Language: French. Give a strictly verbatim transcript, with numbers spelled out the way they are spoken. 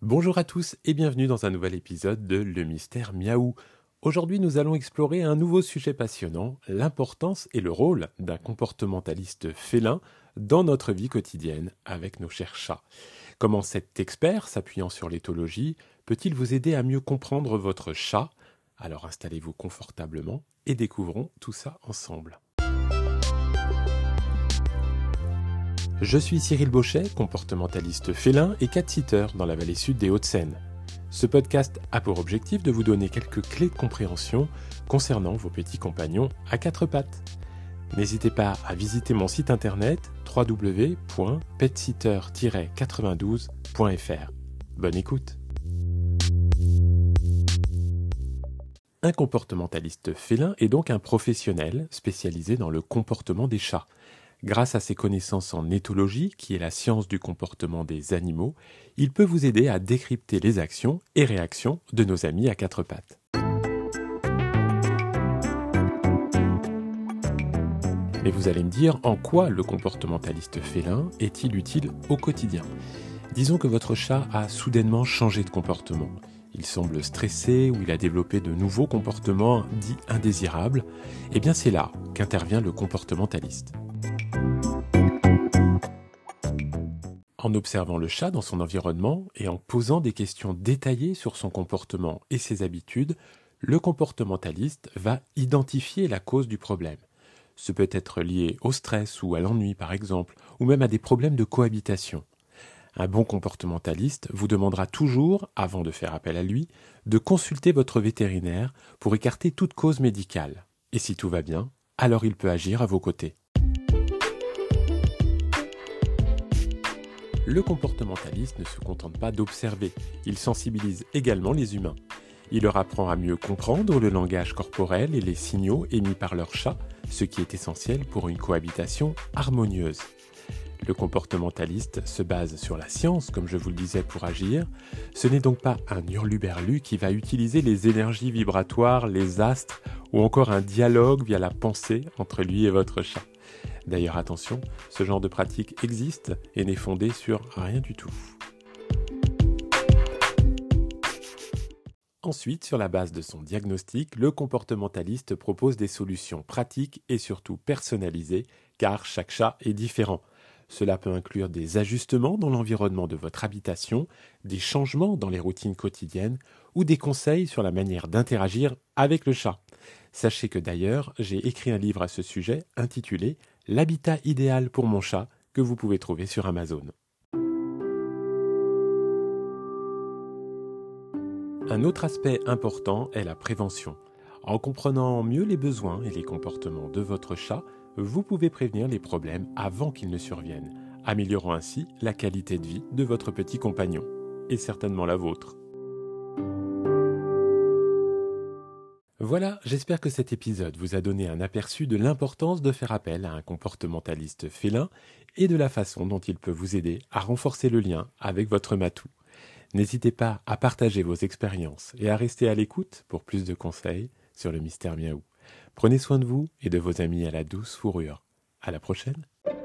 Bonjour à tous et bienvenue dans un nouvel épisode de Le Mystère Miaou. Aujourd'hui, nous allons explorer un nouveau sujet passionnant, l'importance et le rôle d'un comportementaliste félin dans notre vie quotidienne avec nos chers chats. Comment cet expert, s'appuyant sur l'éthologie, peut-il vous aider à mieux comprendre votre chat ? Alors installez-vous confortablement et découvrons tout ça ensemble. Je suis Cyril Bauchet, comportementaliste félin et cat-sitter dans la vallée sud des Hauts-de-Seine. Ce podcast a pour objectif de vous donner quelques clés de compréhension concernant vos petits compagnons à quatre pattes. N'hésitez pas à visiter mon site internet w w w point pet sitter tiret quatre-vingt-douze point f r. Bonne écoute. Un comportementaliste félin est donc un professionnel spécialisé dans le comportement des chats. Grâce à ses connaissances en éthologie, qui est la science du comportement des animaux, il peut vous aider à décrypter les actions et réactions de nos amis à quatre pattes. Mais vous allez me dire, en quoi le comportementaliste félin est-il utile au quotidien ? Disons que votre chat a soudainement changé de comportement. Il semble stressé ou il a développé de nouveaux comportements dits indésirables. Eh bien c'est là qu'intervient le comportementaliste. En observant le chat dans son environnement et en posant des questions détaillées sur son comportement et ses habitudes, le comportementaliste va identifier la cause du problème. Ce peut être lié au stress ou à l'ennui par exemple, ou même à des problèmes de cohabitation. Un bon comportementaliste vous demandera toujours, avant de faire appel à lui, de consulter votre vétérinaire pour écarter toute cause médicale. Et si tout va bien, alors il peut agir à vos côtés. Le comportementaliste ne se contente pas d'observer, il sensibilise également les humains. Il leur apprend à mieux comprendre le langage corporel et les signaux émis par leur chat, ce qui est essentiel pour une cohabitation harmonieuse. Le comportementaliste se base sur la science, comme je vous le disais, pour agir. Ce n'est donc pas un hurluberlu qui va utiliser les énergies vibratoires, les astres, ou encore un dialogue via la pensée entre lui et votre chat. D'ailleurs, attention, ce genre de pratique existe et n'est fondé sur rien du tout. Ensuite, sur la base de son diagnostic, le comportementaliste propose des solutions pratiques et surtout personnalisées, car chaque chat est différent. Cela peut inclure des ajustements dans l'environnement de votre habitation, des changements dans les routines quotidiennes ou des conseils sur la manière d'interagir avec le chat. Sachez que d'ailleurs, j'ai écrit un livre à ce sujet intitulé « L'habitat idéal pour mon chat » que vous pouvez trouver sur Amazon. Un autre aspect important est la prévention. En comprenant mieux les besoins et les comportements de votre chat, vous pouvez prévenir les problèmes avant qu'ils ne surviennent, améliorant ainsi la qualité de vie de votre petit compagnon, et certainement la vôtre. Voilà, j'espère que cet épisode vous a donné un aperçu de l'importance de faire appel à un comportementaliste félin et de la façon dont il peut vous aider à renforcer le lien avec votre matou. N'hésitez pas à partager vos expériences et à rester à l'écoute pour plus de conseils sur le mystère miaou. Prenez soin de vous et de vos amis à la douce fourrure. À la prochaine.